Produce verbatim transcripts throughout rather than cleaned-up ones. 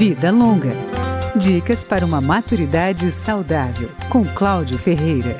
Vida Longa. Dicas para uma maturidade saudável, com Cláudio Ferreira.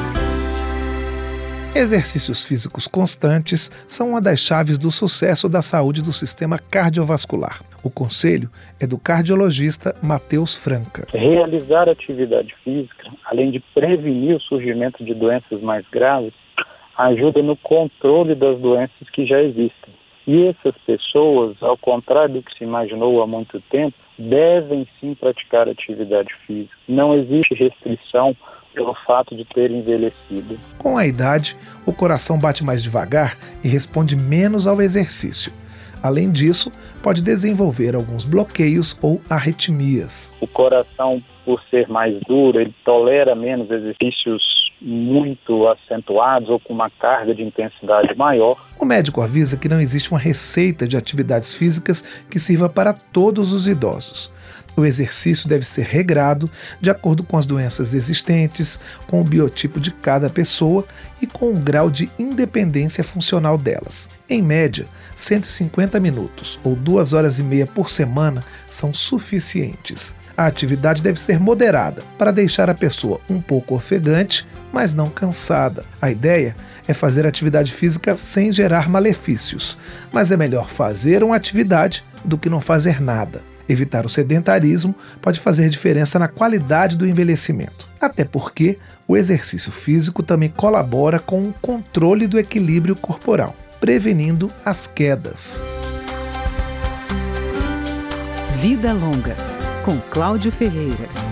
Exercícios físicos constantes são uma das chaves do sucesso da saúde do sistema cardiovascular. O conselho é do cardiologista Matheus Franca. Realizar atividade física, além de prevenir o surgimento de doenças mais graves, ajuda no controle das doenças que já existem. E essas pessoas, ao contrário do que se imaginou há muito tempo, devem sim praticar atividade física. Não existe restrição pelo fato de ter envelhecido. Com a idade, o coração bate mais devagar e responde menos ao exercício. Além disso, pode desenvolver alguns bloqueios ou arritmias. O coração, por ser mais duro, ele tolera menos exercícios muito acentuados ou com uma carga de intensidade maior. O médico avisa que não existe uma receita de atividades físicas que sirva para todos os idosos. O exercício deve ser regrado de acordo com as doenças existentes, com o biotipo de cada pessoa e com o grau de independência funcional delas. Em média, cento e cinquenta minutos ou duas horas e meia por semana são suficientes. A atividade deve ser moderada para deixar a pessoa um pouco ofegante, mas não cansada. A ideia é fazer atividade física sem gerar malefícios, mas é melhor fazer uma atividade do que não fazer nada. Evitar o sedentarismo pode fazer diferença na qualidade do envelhecimento. Até porque o exercício físico também colabora com o controle do equilíbrio corporal, prevenindo as quedas. Vida Longa, com Cláudio Ferreira.